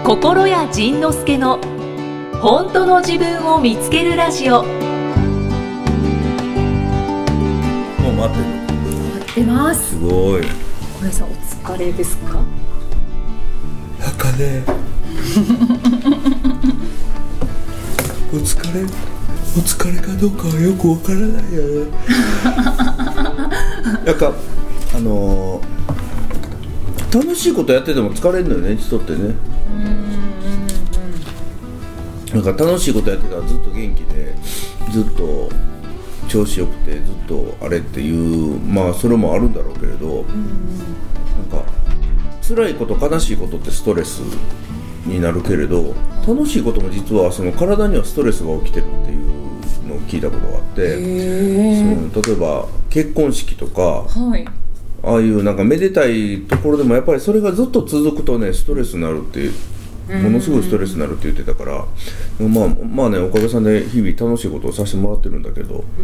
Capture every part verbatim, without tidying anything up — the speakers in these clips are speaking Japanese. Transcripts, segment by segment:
心谷仁之助の本当の自分を見つけるラジオ。 もう待ってる。 待ってます。 すごい。 小林さんお疲れですか？ あかねお疲れお疲れかどうかはよくわからないよねなんかあのー、楽しいことやってても疲れるのよね、人ってね。 うんうんうん。 なんか楽しいことやってたらずっと元気で、ずっと調子よくて、ずっとあれっていう、まあそれもあるんだろうけれど、うんうん、なんか辛いこと悲しいことってストレスになるけれど、楽しいことも実はその体にはストレスが起きてるっていうのを聞いたことがあって、その例えば結婚式とか、はい、ああいうなんかめでたいところでもやっぱりそれがずっと続くとね、ストレスになるっていう、ものすごいストレスになるって言ってたから、まあまあね、おかげさんで日々楽しいことをさせてもらってるんだけど、 うん、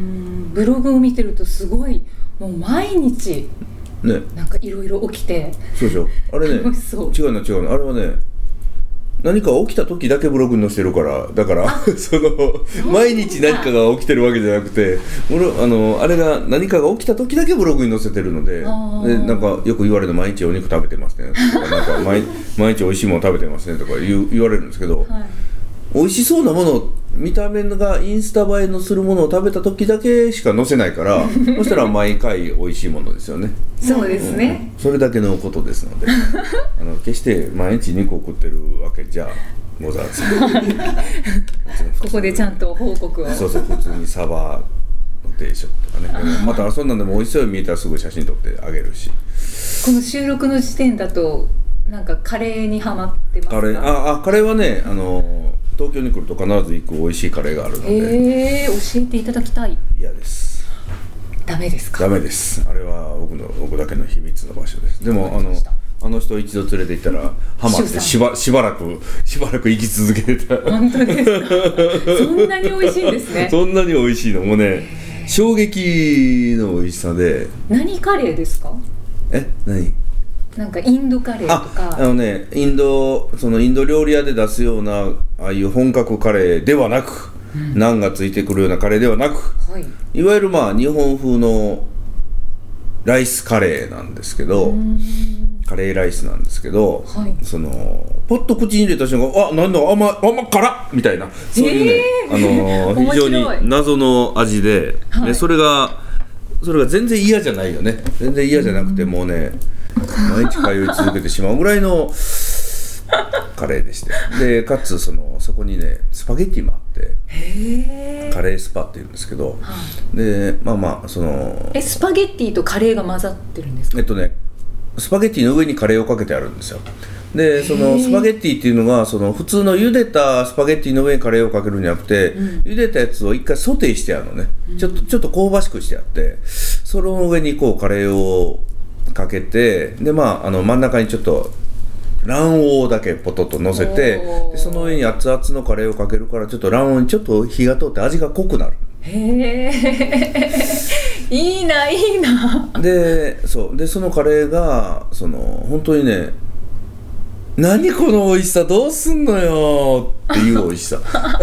ブログを見てるとすごいもう毎日ね、なんかいろいろ起きて、 そうでしょ、あれね、違うの違うの、あれはね、何か起きた時だけブログに載せてるから、だからその毎日何かが起きてるわけじゃなくて、あのあれが何かが起きた時だけブログに載せてるの で, でなんかよく言われる、毎日お肉食べてますねとか、なんか 毎, 毎日おいしいもの食べてますねとか 言, 言われるんですけど、はい、美味しそうなもの、見た目がインスタ映えのするものを食べた時だけしか載せないからそしたら毎回美味しいものですよね。 そうですね、 うん、それだけのことですのであの決して毎日肉を食ってるわけじゃございませんここでちゃんと報告を。 そうそう、普通にサバの定食とかねまたそんなんでも美味しそうに見えたらすぐ写真撮ってあげるし、 この収録の時点だとなんかカレーにハマってますか？ カレー、ああ、カレーはね、あの東京に来ると必ず行く美味しいカレーがあるので、 えー、教えていただきたい。 嫌です。 ダメですか？ ダメです。あれは僕の僕だけの秘密の場所です。でもあのあの人一度連れて行ったらハマってしばしばらくしばらく生き続けてた。 本当ですか？そんなに美味しいんですね。 そんなに美味しいのもうね、衝撃の美味しさで。 何カレーですか？ え、何？ なんかインドカレーとか。 あ、あのね、インドそのインド料理屋で出すようなああいう本格カレーではなく、うん、ナンがついてくるようなカレーではなく、はい、いわゆるまあ日本風のライスカレーなんですけど、カレーライスなんですけど、はい、そのポッと口に入れた瞬間、あ、なんだ甘い甘辛っみたいな、そういうね、えー、あのー、非常に謎の味で、はい、でそれがそれが全然嫌じゃないよね。全然嫌じゃなくて、もうね、毎日通い続けてしまうぐらいのカレーでして、でかつそのそこにねスパゲッティもあって、へー、カレースパっていうんですけど、はあ、でまあまあそのえスパゲッティとカレーが混ざってるんですか？ えっとねスパゲッティの上にカレーをかけてあるんですよ。でそのスパゲッティっていうのがその普通の茹でたスパゲッティの上にカレーをかけるんじゃなくて、うん、茹でたやつを一回ソテーしてあるのね、うん、ちょっとちょっと香ばしくしてあって、その上にこうカレーをかけて、でまああの真ん中にちょっと卵黄だけポトッと乗せて、でその上に熱々のカレーをかけるから、ちょっと卵黄にちょっと火が通って味が濃くなる。 へーいいないいな。 でそうでそのカレーがその本当にね、何この美味しさどうすんのよっていう美味しさ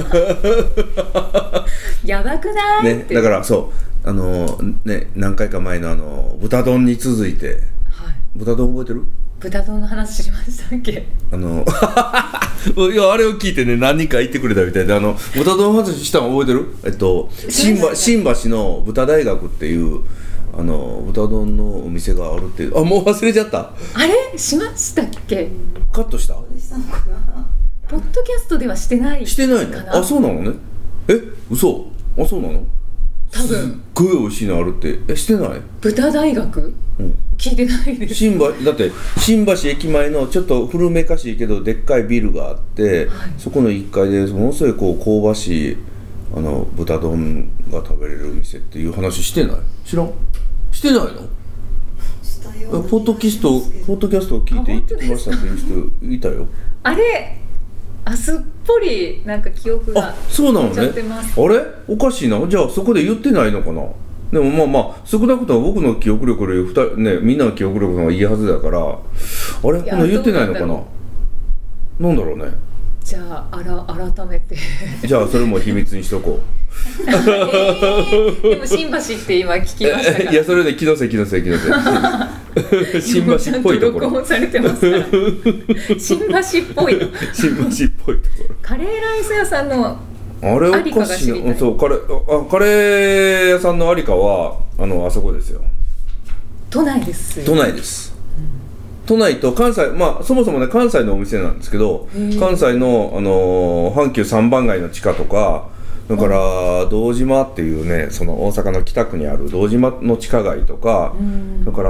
やばくない、 ね、だからそうあのね、何回か前のあの豚丼に続いて、はい、豚丼覚えてる？ 豚丼の話しましたっけ？あのいやあれを聞いてね、何人か言ってくれたみたいで、あの豚丼の話したの覚えてる？えっと新橋、新橋の豚大学っていうあの豚丼のお店があるって。あ、もう忘れちゃった。 あれしましたっけ？ カットした？ ポッドキャストではしてないしてないの？あ、そうなのね。え、嘘？あ、そうなの？ 多分すっごい美味しいのあるって。え、してない？ 豚大学？うん、聞いてないです。 新橋だって新橋駅前のちょっと古めかしいけどでっかいビルがあって、はい、そこのいっかいでものすごいこう香ばしいあの豚丼が食べれる店っていう話してない？知らん？してないの？したよ。ポッドキャストポッドキャストを聞いて行ってきましたっていう人いたよ。 あれあすっぽりなんか記憶がそうなのね。あれおかしいな。じゃあそこで言ってないのかな。でもまあまあ少なくとも僕の記憶力よりね、みんなの記憶力の方がいいはずだから、あれこの言ってないのかな。 なんだろうね。 じゃあ、あら改めてじゃあそれも秘密にしとこうえー、でも新橋って今聞きましたから。 いやそれで気のせい気のせい気のせい新橋っぽいところ、 録音されてますから新橋っぽい新橋っぽいところカレーライス屋さんのあれおかしいな。そうカレーあカレー屋さんのありかはあのあそこですよ。 都内ですよ。 都内です、うん、都内と関西、まあそもそもね関西のお店なんですけど、関西の、あのー、阪急三番街の地下とか、だから堂島っていうね、その大阪の北区にある堂島の地下街とか、うん、だから、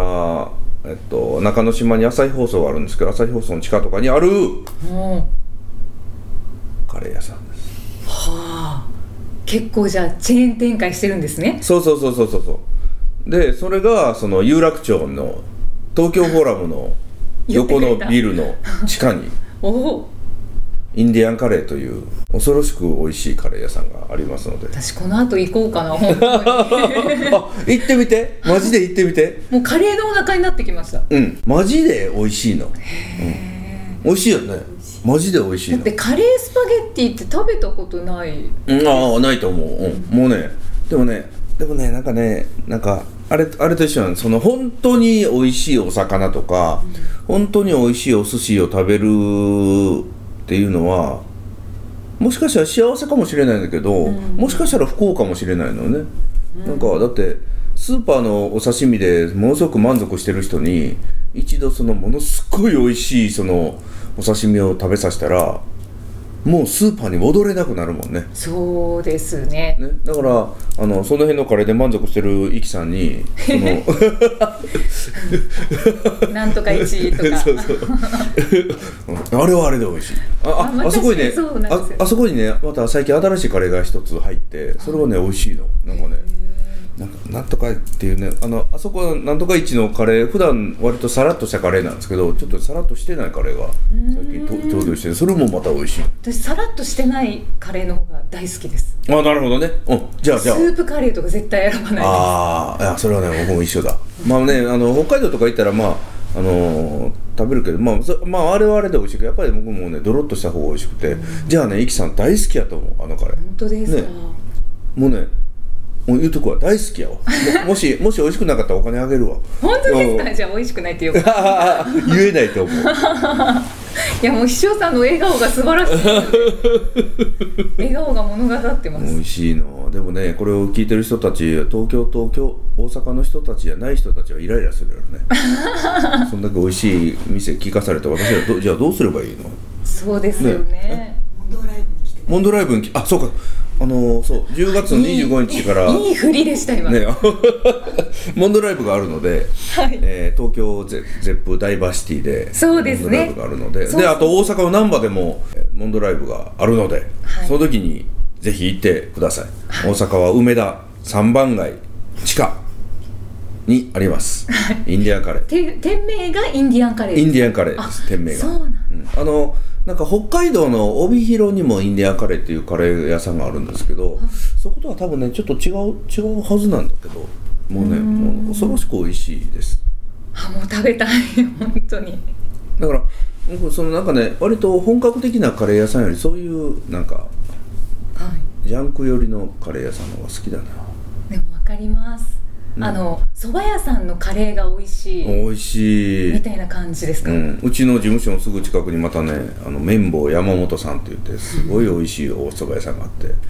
えっと、中之島に朝日放送があるんですけど、朝日放送の地下とかにある、うん、カレー屋さんです。 はあ、結構じゃあチェーン展開してるんですね。 そうそうそうそうそうそう。でそれがその有楽町の東京フォーラムの横のビルの地下におインディアンカレーという恐ろしく美味しいカレー屋さんがありますので、 私この後行こうかな本当にあ、行ってみて、マジで行ってみて。 もうカレーのお腹になってきました。 うん、マジで美味しいの。 へー、 うん、美味しいよね。マジで美味しいの。 だってカレースパゲッティって食べたことない、 うん、ああないと思う、うん、もうねでもねでもねなんかねなんかあれあれと一緒なんです。その本当に美味しいお魚とか、うん、本当に美味しいお寿司を食べるっていうのはもしかしたら幸せかもしれないんだけど、うん、もしかしたら不幸かもしれないのね、うん、なんかだってスーパーのお刺身でものすごく満足してる人に一度そのものすごい美味しいそのお刺身を食べさせたらもうスーパーに戻れなくなるもんね。 そうですね。 ね、だからあのその辺のカレーで満足してるイキさんにそのなんとかいちとかそうそうあれはあれで美味しい。ああ、あ, あそこにね あ, あそこにねまた最近新しいカレーが一つ入ってそれはね美味しいの。なんかねなんかなんとかっていうね あ, のあそこなんとかいちのカレー普段割とサラッとしたカレーなんですけどちょっとサラッとしてないカレーが最近登場してそれもまた美味しい。 私サラッとしてないカレーの方が大好きです。 あ、なるほどね。うん、じゃあじゃあスープカレーとか絶対選ばないです。 ああ、いやそれはね僕も一緒だ。まあねあの北海道とか行ったらまああのー、食べるけどまあそまああれはあれで美味しいけどやっぱり僕もねドロッとした方が美味しくて、うん、じゃあねイキさん大好きやと思うあのカレー。 本当ですか。 ね、もうねもう言うとこは大好きやわ。 も, もしもし美味しくなかったらお金あげるわ。 本当ですか。じゃあ美味しくないって言うか言えないと思ういやもう秘書さんの笑顔が素晴らしい笑顔が物語ってます。 美味しいの。でもねこれを聞いてる人たち東京東京大阪の人たちじゃない人たちはイライラするよねそんだけ美味しい店聞かされて私はどじゃあどうすればいいの。 そうですよ ね, ねモンドライブに来てモンドライブにあそうかあのそうじゅうがつのにじゅうごにちからいい、いい振りでした今、ね、 モンドライブがあるので、はいえー、東京ゼップダイバーシティでそうですねモンドライブがあるので、であと大阪の難波でもモンドライブがあるので、はい、その時にぜひ行ってください、はい、大阪は梅田三番街地下にあります、はい、インディアンカレー。 店名がインディアンカレー。 インディアンカレーです店名が。 そうなん、うん、 あのなんか北海道の帯広にもインディアンカレーっていうカレー屋さんがあるんですけど、そことは多分ねちょっと違う違うはずなんだけどもうねもう恐ろしく美味しいです。 あもう食べたい本当に。 だから僕そのなんかね割と本格的なカレー屋さんよりそういうなんか、はい、ジャンク寄りのカレー屋さんの方が好きだな。 でも分かります。あの蕎麦屋さんのカレーが美味しい美味しいみたいな感じですか、 うん、うちの事務所のすぐ近くにまたねあの綿棒山本さんって言ってすごい美味しいお蕎麦屋さんがあって、うん、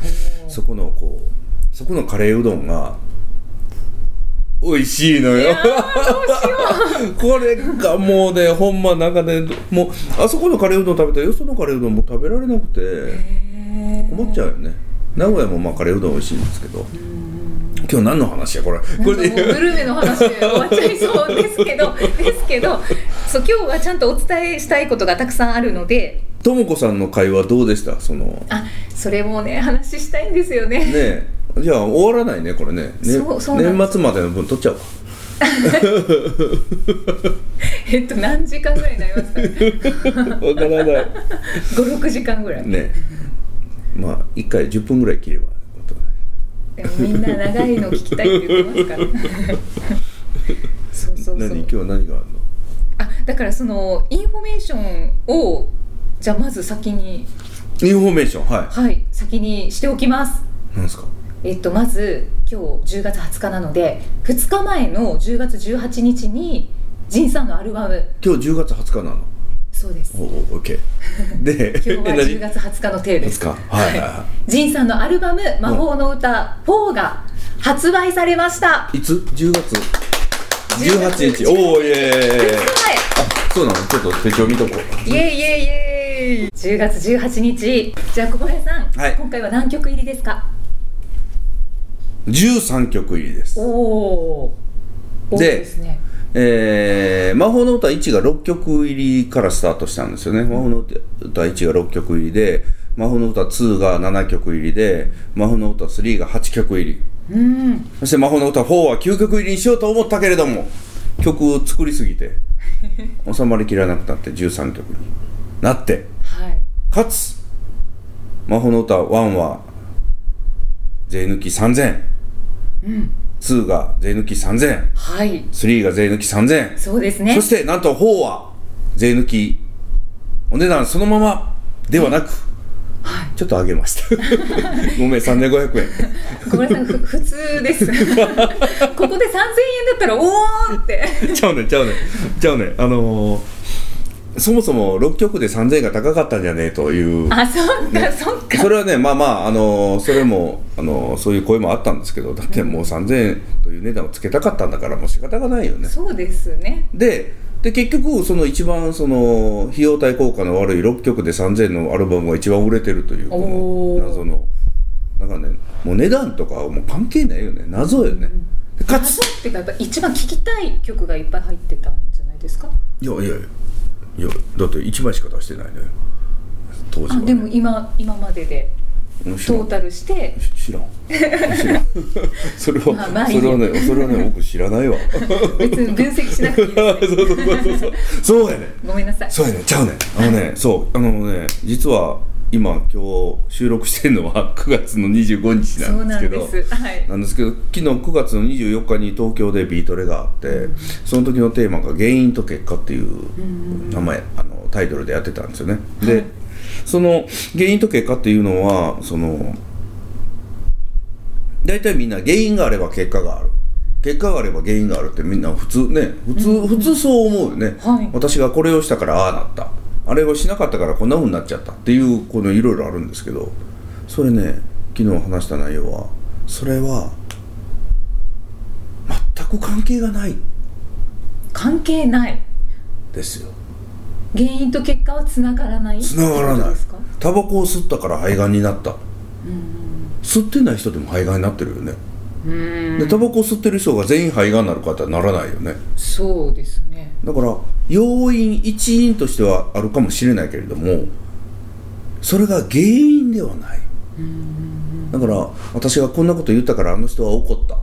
そこのこうそこのカレーうどんが美味しいのよ。これがもうねほんまなんかねもうあそこのカレーうどん食べたらよそのカレーうどんも食べられなくて困っちゃうよね。名古屋もまあカレーうどん美味しいんですけど、今日何の話やこれ。これでグルメの話で終わっちゃいそうですけどですけどそう今日はちゃんとお伝えしたいことがたくさんあるので。 ともこさんの会話どうでしたその。 あそれもね話したいんですよね。ねえじゃあ終わらないねこれ ね, ねそうそう年末までの分取っちゃうわえっと何時間ぐらいになりますかねわからないごろくじかんぐらいねまあいっかいじゅっぷんぐらい切ればでもみんな長いの聞きたいって言ってますからそうそうそう。 何今日は何があるの。 あだからそのインフォメーションをじゃあまず先にインフォメーション、はい、 はい、先にしておきます。 なんですか。 えっとまず今日じゅうがつはつかなので、ふつかまえのじゅうがつじゅうはちにちに仁さんのアルバム。 今日じゅうがつはつかなの。 そうです。 おお、オッケー。で、 今日はじゅうがつはつかのテールです。 はつか、はいはいはい。 仁さんのアルバム魔法の歌フォーが発売されました。 いつ？じゅうがつじゅうはちにち。おお、イエーイ。あ、そうなの。ちょっと手帳見とこう。 イエイイエイイエイ。じゅうがつじゅうはちにち。じゃあ小林さん、はい、今回は何曲入りですか？ じゅうさんきょく入りです。 おお。 で、ですね、えー、魔法の歌いちがろっきょく入りからスタートしたんですよね。魔法の歌いちがろっきょく入りで、魔法の歌にがななきょく入りで、魔法の歌さんがはちきょく入り、うん、そして魔法の歌よんはきゅうきょく入りにしようと思ったけれども、曲を作りすぎて収まりきらなくなってじゅうさんきょくになって、はい、かつ魔法の歌いちは税抜きさんぜん、うん、にが税抜きさんぜん、はい、さんが税抜きさんぜん、 そうですね。 そしてなんとよんは税抜きお値段そのままではなく、はい、ちょっと上げましたごめん、さんぜんごひゃくえんごめんなさい、普通ですここでさんぜんえんだったらおーってちゃうねちゃうねちゃうねあのーそもそもろっきょくでさんぜんえんが高かったんじゃねえという、 あ、そっか、ね、そっか。 それはね、まあまあ、あのー、それも、あのー、そういう声もあったんですけど、だってもうさんぜんえんという値段をつけたかったんだから、もう仕方がないよね。 そうですね。 で、で結局その一番その費用対効果の悪いろっきょくでさんぜんえんのアルバムが一番売れてるというこの謎の、だからね、もう値段とかはもう関係ないよね、謎よね。 でかつ謎っていうか、やっぱ一番聴きたい曲がいっぱい入ってたんじゃないですか。 いやいやいやいや、だっていちまいしか出してないのよ当時は、ね、 あ、でも 今, 今まででトータルして知らん知らんそれは、まあまあいい、それはねそれはね僕知らないわ別に分析しなくていいですそうそうそうそうそうやねごめんなさい。 そうやねちゃうねあのねそうあのね実は今今日収録してるのはくがつのにじゅうごにちなんですけど、 そうなんです、はい、 なんですけど昨日くがつのにじゅうよっかに東京でビートレがあって、うん、その時のテーマが原因と結果っていう名前、うん、あのタイトルでやってたんですよね。で、はい、その原因と結果っていうのはその大体みんな原因があれば結果がある、結果があれば原因があるってみんな普通ね普通、うん、普通そう思うよね、はい、私がこれをしたからああなった、あれをしなかったからこんな風になっちゃったっていうこのいろいろあるんですけど、それね昨日話した内容はそれは全く関係がない関係ないですよ。 原因と結果はつながらないつながらない。タバコを吸ったから肺がんになった、うん、吸ってない人でも肺がんになってるよね。うんでタバコを吸ってる人が全員肺がんになるかってならないよね。 そうですね。 だから要因一因としてはあるかもしれないけれどもそれが原因ではない。うんだから私がこんなこと言ったからあの人は怒った、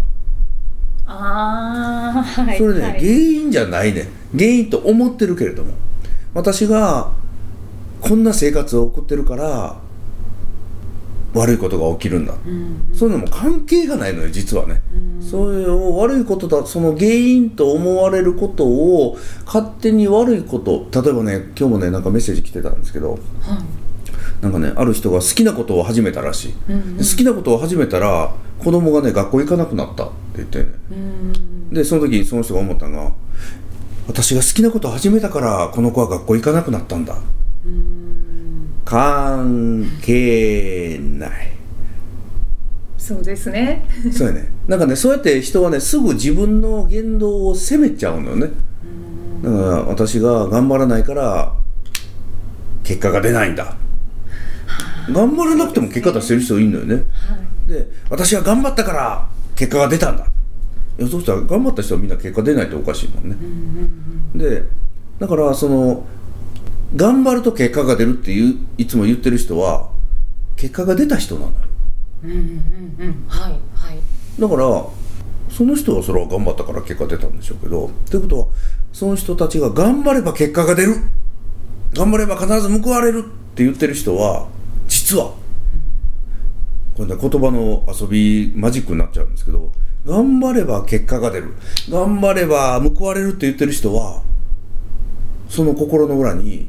ああ、はい、 それね、 はい、 原因じゃないね。原因と思ってるけれども私がこんな生活を送ってるから悪いことが起きるんだ、うん、そういうのも関係がないのよ実はね、うん、それを悪いことだその原因と思われることを勝手に悪いこと、例えばね今日もねなんかメッセージ来てたんですけど、はい、なんかねある人が好きなことを始めたらしい、うんうん、好きなことを始めたら子供がね学校行かなくなったって言ってね、うん、でその時にその人が思ったのが私が好きなことを始めたからこの子は学校行かなくなったんだ、うん、関係ない。 そうですねそうやね。なんかねそうやって人はねすぐ自分の言動を責めちゃうのよね。だから私が頑張らないから結果が出ないんだ、頑張らなくても結果出してる人いるのよね、はい、で私は頑張ったから結果が出たんだ。いやそうしたら頑張った人はみんな結果出ないとおかしいもんね、うんうんうん、でだからその頑張ると結果が出るっていういつも言ってる人は結果が出た人なのよ、うんうんうん、はいはい。だからその人はそれは頑張ったから結果出たんでしょうけど、ということはその人たちが頑張れば結果が出る、頑張れば必ず報われるって言ってる人は実はこれね言葉の遊びマジックになっちゃうんですけど、頑張れば結果が出る、頑張れば報われるって言ってる人はその心の裏に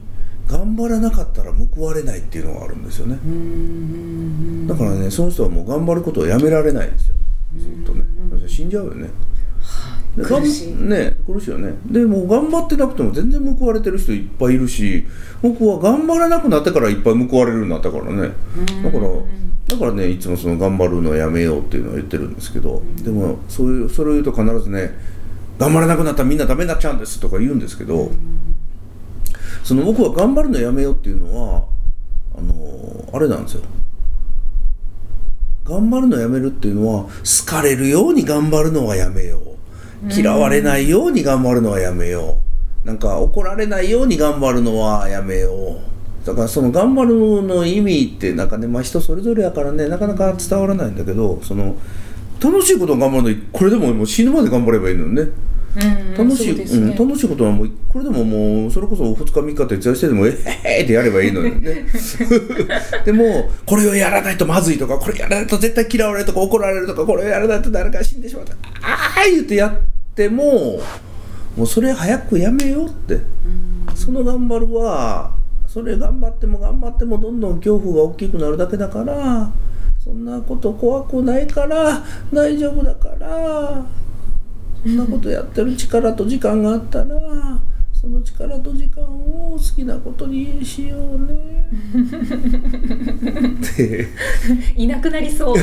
頑張らなかったら報われないっていうのがあるんですよね。 うんうんうんだからね、その人はもう頑張ることをやめられないんですよね、ずっとね。死んじゃうよね。で苦しいね、苦しいよね。でもう頑張ってなくても全然報われてる人いっぱいいるし、僕は頑張らなくなってからいっぱい報われるようになったからね。だからだからね、いつもその頑張るのをやめようっていうのを言ってるんですけど、でもそういうそれを言うと必ずね、頑張らなくなったらみんなダメになっちゃうんですとか言うんですけど、その僕は頑張るのをやめようっていうのはあのあれなんですよ。頑張るのをやめるっていうのは、好かれるように頑張るのはやめよう、嫌われないように頑張るのはやめよう、なんか怒られないように頑張るのはやめよう。だからその頑張るの意味ってなんかね、まあ人それぞれやからね、なかなか伝わらないんだけど、その楽しいことを頑張るのにこれでももう死ぬまで頑張ればいいのよね。 うん楽しい、 そうですねうん、楽しいことはもうこれでももうそれこそふつかみっか徹夜してでもえへーってやればいいのよねでもこれをやらないとまずいとか、これやらないと絶対嫌われるとか怒られるとか、これをやらないと誰か死んでしまうとか、ああ言ってやってももうそれ早くやめようって、その頑張るはそれ頑張っても頑張ってもどんどん恐怖が大きくなるだけだから、そんなこと怖くないから大丈夫だから、そんなことやってる力と時間があったら、その力と時間を好きなことにしようねっていなくなりそうこ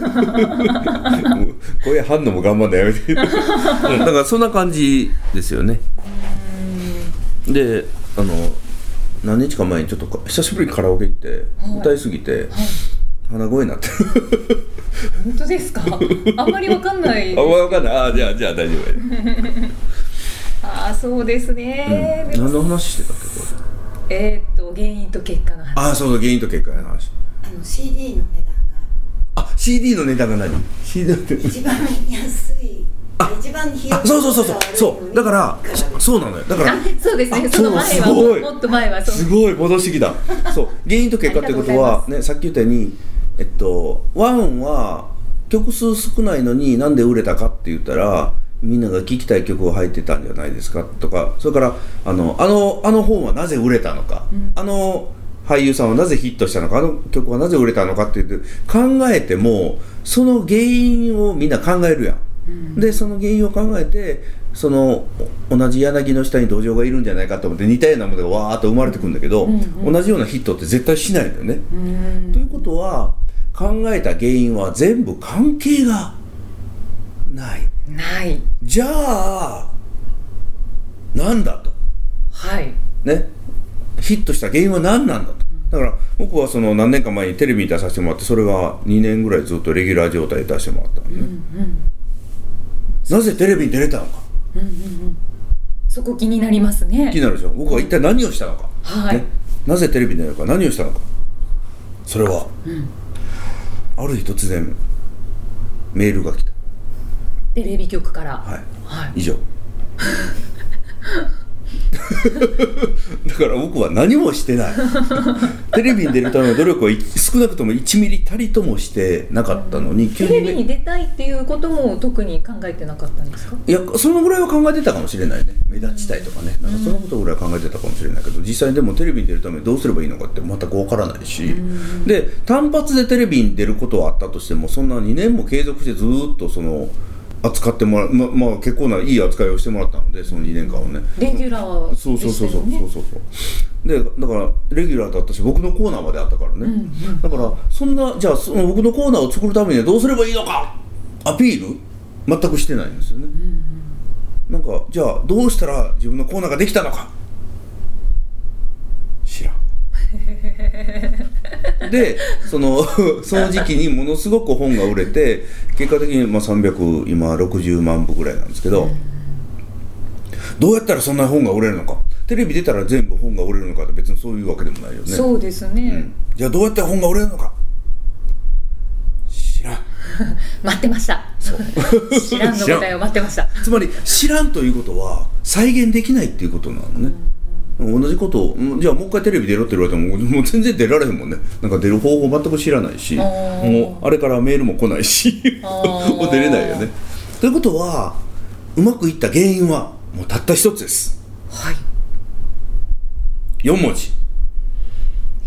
ういう反応も頑張んのやめてだからそんな感じですよね。で、あの何日か前にちょっと久しぶりにカラオケ行って、はい、歌いすぎて、はい、鼻声になってる本当ですか？あんまりわかんないあんまりわかんない。あじゃあじゃあ大丈夫ああそうですね、 うん、何の話してたっけこれ。えー、っと原因と結果の話。 ああそうそう、原因と結果の話。 あの シーディー の値段があ シーディー の値段が何 シーディー って一番安いあ一番費用あそうそうそうそうそうだからそうなのよ。だからそうですね、その前はもっと前はそうすごい戻してきたそう原因と結果ってことはね、さっき言ったようにえっとワンは曲数少ないのになんで売れたかって言ったら、みんなが聴きたい曲が入ってたんじゃないですかとか、それからあのあのあの本はなぜ売れたのか、うん、あの俳優さんはなぜヒットしたのか、あの曲はなぜ売れたのかって言って考えても、その原因をみんな考えるやん、うん、でその原因を考えて、その同じ柳の下に土壌がいるんじゃないかと思って似たようなものがわーっと生まれてくるんだけど、うんうん、同じようなヒットって絶対しないのよね、うん、ということは考えた原因は全部関係がないないじゃあなんだと、 はいね、ヒットした原因は何なんだと。だから僕はその何年か前にテレビに出させてもらって、それがにねんぐらいずっとレギュラー状態で出してもらったのね、うんうん、なぜテレビに出れたのか、 うんうんうん、そこ気になりますね。 気になるでしょ。僕は一体何をしたのか、 はいね、なぜテレビに出るのか、何をしたのか。それは、うん、ある日突然メールが来た。 テレビ局から、 はいはい、 以上だから僕は何もしてないテレビに出るための努力は少なくともいちミリたりともしてなかったのに、 テレビに出たいっていうことも特に考えてなかったんですか？ いや、そのぐらいは考えてたかもしれないね。目立ちたいとかね、なんかそのことぐらい考えてたかもしれないけど、実際でもテレビに出るためにどうすればいいのかって全くわからないし、で単発でテレビに出ることはあったとしても、そんなにねんも継続してずっとその扱ってもらう、ま、まあ結構ないい扱いをしてもらったので、そのにねんかんをね、 レギュラーでしたよね。 そうそうそうそうそうそうで、だからレギュラーだったし、僕のコーナーまであったからね、うんうん、だからそんな、じゃあその僕のコーナーを作るためにはどうすればいいのかアピール全くしてないんですよね、うんうん、なんかじゃあどうしたら自分のコーナーができたのか知らんでそのその時期にものすごく本が売れて、結果的にまあさんびゃく今ろくじゅうまんぶぐらいなんですけど、うん、どうやったらそんな本が売れるのか、テレビ出たら全部本が売れるのかって別にそういうわけでもないよね。 そうですね、うん、 じゃあどうやって本が売れるのか知らん待ってました。そう知らんの答えを待ってました。 つまり知らんということは再現できないっていうことなのね、うん、同じことをじゃあもう一回テレビ出ろって言われてももう全然出られへんもんね。なんか出る方法全く知らないし、もうあれからメールも来ないしもう出れないよね。ということはうまくいった原因はもうたった一つです。 はい。 よんもじ。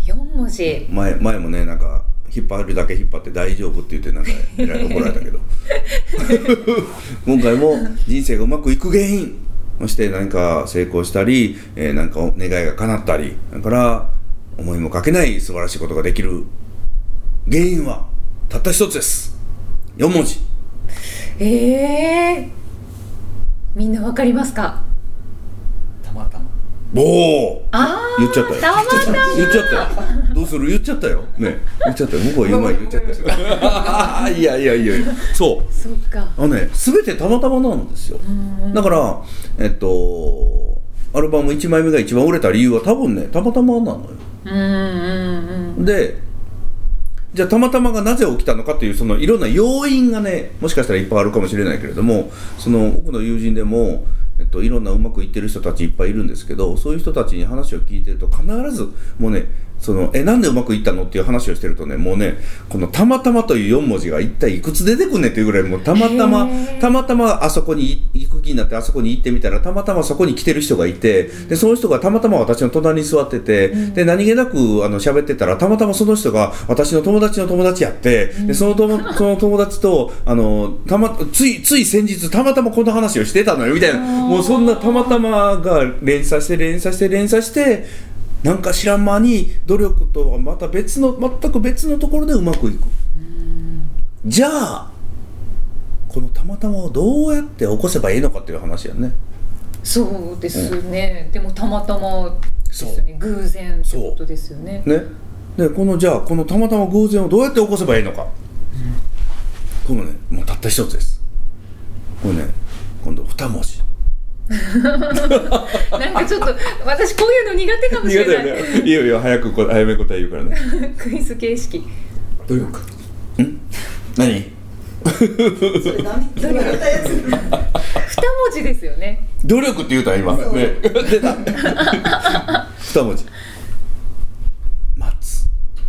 よんもじ。 前前もねなんか引っ張るだけ引っ張って大丈夫って言ってなんかえらい怒られたけど今回も人生がうまくいく原因そして何か成功したり、えー、なんか願いが叶ったりだから思いもかけない素晴らしいことができる原因はたった一つです。よんもじ。 えー、みんなわかりますか？ たまたま。 おおあ言っちゃったよたまたま言っちゃったよどうする言っちゃったよね言っちゃったよ向こう言う前に言っちゃったよいやいやいやいやそうそっかあのね全てたまたまなんですよ。だからえっとアルバムいちまいめが一番売れた理由は多分ねたまたまなのよ。 うんうんうんでじゃあたまたまがなぜ起きたのかっていうそのいろんな要因がねもしかしたらいっぱいあるかもしれないけれどもその僕の友人でもえっと、いろんなうまくいってる人たちいっぱいいるんですけどそういう人たちに話を聞いてると必ずもうねそのえなんでうまくいったのっていう話をしてるとねもうねこのたまたまというよんもじが一体いくつ出てくんねんっていうぐらいもうたまたまたまたまあそこに行く気になってあそこに行ってみたらたまたまそこに来てる人がいてでその人がたまたま私の隣に座っててで何気なくあの喋ってたらたまたまその人が私の友達の友達やってでその友その友達とあのたまついつい先日たまたまこの話をしてたのよみたいなもうそんなたまたまが連鎖して連鎖して連鎖してなんか知らん間に努力とはまた別の全く別のところでうまくいく。じゃあこのたまたまをどうやって起こせばいいのかっていう話やね。 そうですね、うん、でもたまたまですね偶然ってことですよね。 ねでこのじゃあこのたまたま偶然をどうやって起こせばいいのか、うん、このねもうたった一つです。これね今度二文字なんかちょっと私こういうの苦手かもしれない。 苦手よね。いいよいいよ早くこ早め答え言うからね。 クイズ形式。 努力。 ん？何？ それ何？言われたやつ。 二文字ですよね。 努力って言うた今。ね。出た。二文字。待つ。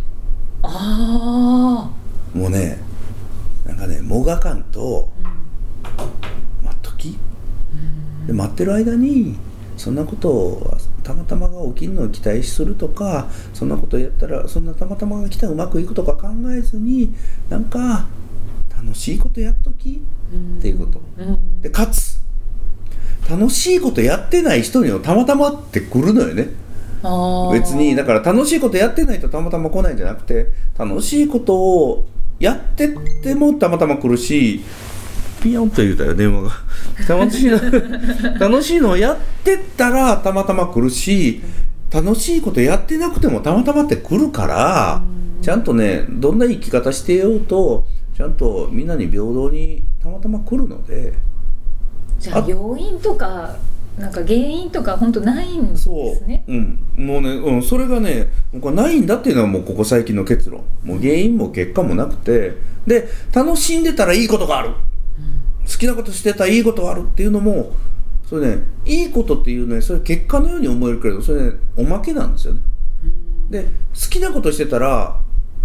ああ。もうね、なんかねもがかんと、うん、待っとき。で待ってる間にそんなことをたまたまが起きるのを期待するとかそんなことやったらそんなたまたまが来たらうまくいくとか考えずになんか楽しいことやっときっていうことでかつ楽しいことやってない人にもたまたまって来るのよね。別にだから楽しいことやってないとたまたま来ないんじゃなくて楽しいことをやってってもたまたま来るしピヨンと言うたよ電話が楽しいの楽しいのをやってったらたまたま来るし楽しいことやってなくてもたまたまって来るからちゃんとねどんな生き方してようとちゃんとみんなに平等にたまたま来るのでじゃあ要因とかなんか原因とか本当ないんですね。 そう、うん、もうね、うん、それがね僕はないんだっていうのはもうここ最近の結論もう原因も結果もなくてで楽しんでたらいいことがある好きなことしてたらいいことあるっていうのもそれねいいことっていうねそれ結果のように思えるけれどそれねおまけなんですよね。で好きなことしてたら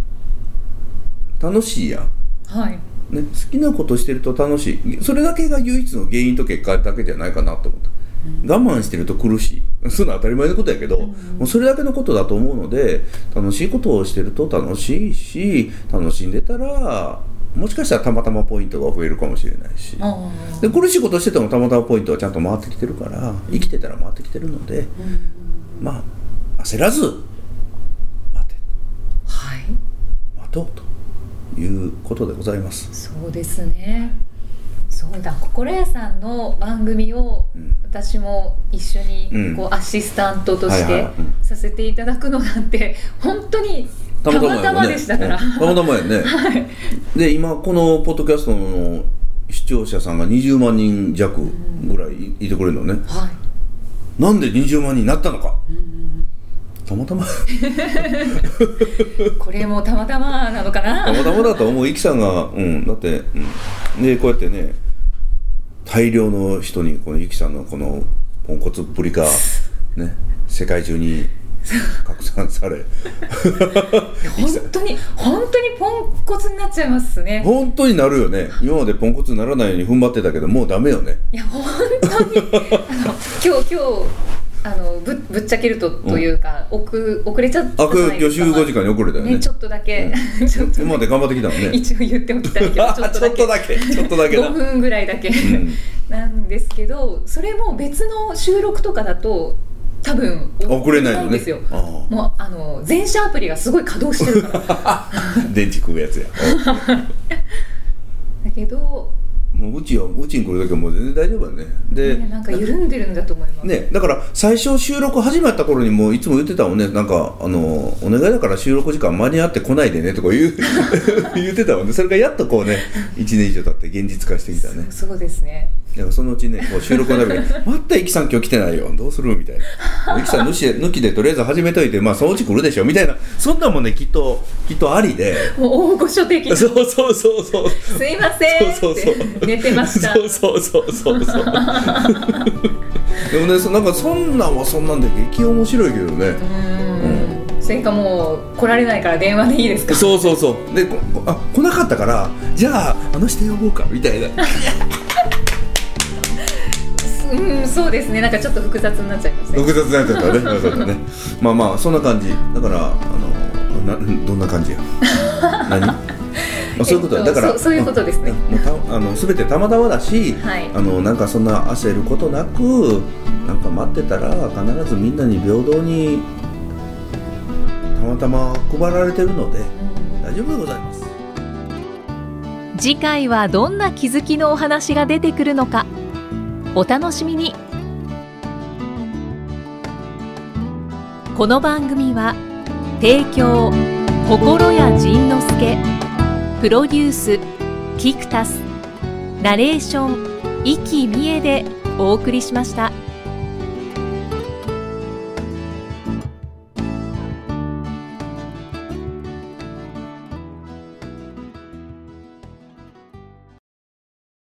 楽しいやん、 はいね、好きなことしてると楽しいそれだけが唯一の原因と結果だけじゃないかなと思った。我慢してると苦しいそんな当たり前のことやけど、うん、もうそれだけのことだと思うので楽しいことをしてると楽しいし楽しんでたらもしかしたらたまたまポイントが増えるかもしれないしで苦しいことしててもたまたまポイントはちゃんと回ってきてるから生きてたら回ってきてるので、うん、まあ焦らず待て、 はい、 待とうということでございます。 そうですね。そうだ心屋さんの番組を私も一緒にこうアシスタントとしてさせていただくのなんて本当にたまたまでしたから。 たまたまやね。はい、で今このポッドキャストの視聴者さんがにじゅうまんにん弱ぐらいいてくれるのね。はい、なんでにじゅうまんにんになったのか。たまたまこれもたまたまなのかな。 たまたまだと思う。イキさんが、うん、だって、うん、でこうやってね大量の人にこのイキさんのこのポンコツっぷりがね世界中に拡散され本当に本当にポンコツになっちゃいますね。 本当になるよね。今までポンコツにならないように踏ん張ってたけどもうダメよね。 いや本当にあの今日今日あの ぶ, ぶっちゃけるとというか、うん、遅, 遅れちゃったじゃないですか。 あ、今日集合時間に遅れたよね。 ね、ちょっとだけ、うん、ちょっと今まで頑張ってきたのね。 一応言っておきたいけどちょっとだけちょっとだけちょっとだけごふんぐらいだけ、うん、なんですけど、それも別の収録とかだと多分遅れないんですよ。 あもうあの全社アプリがすごい稼働してるから電池食うやつやだけどもううちはうちに来るだけはもう全然大丈夫だね。で、 ね、なんか緩んでるんだと思いますね。だから最初収録始まった頃にもういつも言ってたもんね。なんかあのお願いだから収録時間間に合ってこないでねとか言う言ってたもんね。それがやっとこうねいちねん以上経って現実化してきたね。 そ, そうですね。 だからそのうちねこう収録のためにまたイキさん今日来てないよどうするみたいな。イキさん抜きで抜きでとりあえず始めといてまあそのうち来るでしょみたいな、そんなもんねきっときっとありで。 もう大御所的な。 そうそうそうそう。 すいませんそうそうそうって寝てました。 そうそうそうそうそうでもね、そなんかそんなんはそんなんで激面白いけどね。 うん、うん、それかもう来られないから電話でいいですか。 そうそうそうであ来なかったからじゃああの人呼ぼうかみたいなうん、そうですね。なんかちょっと複雑になっちゃいました、ね、 複雑になっちゃったねそうだねまあまあそんな感じだから、あのなどんな感じや何まあ、そういうことだ、えっと、だからそ, そういうことですね。 もうたあの全てたまたまだし、 はい、 あのなんかそんな焦ることなくなんか待ってたら必ずみんなに平等にたまたま配られてるので大丈夫でございます。 次回はどんな気づきのお話が出てくるのかお楽しみに。この番組は提供心谷仁之助、プロデュースキクタス、ナレーション生きみえでお送りしました。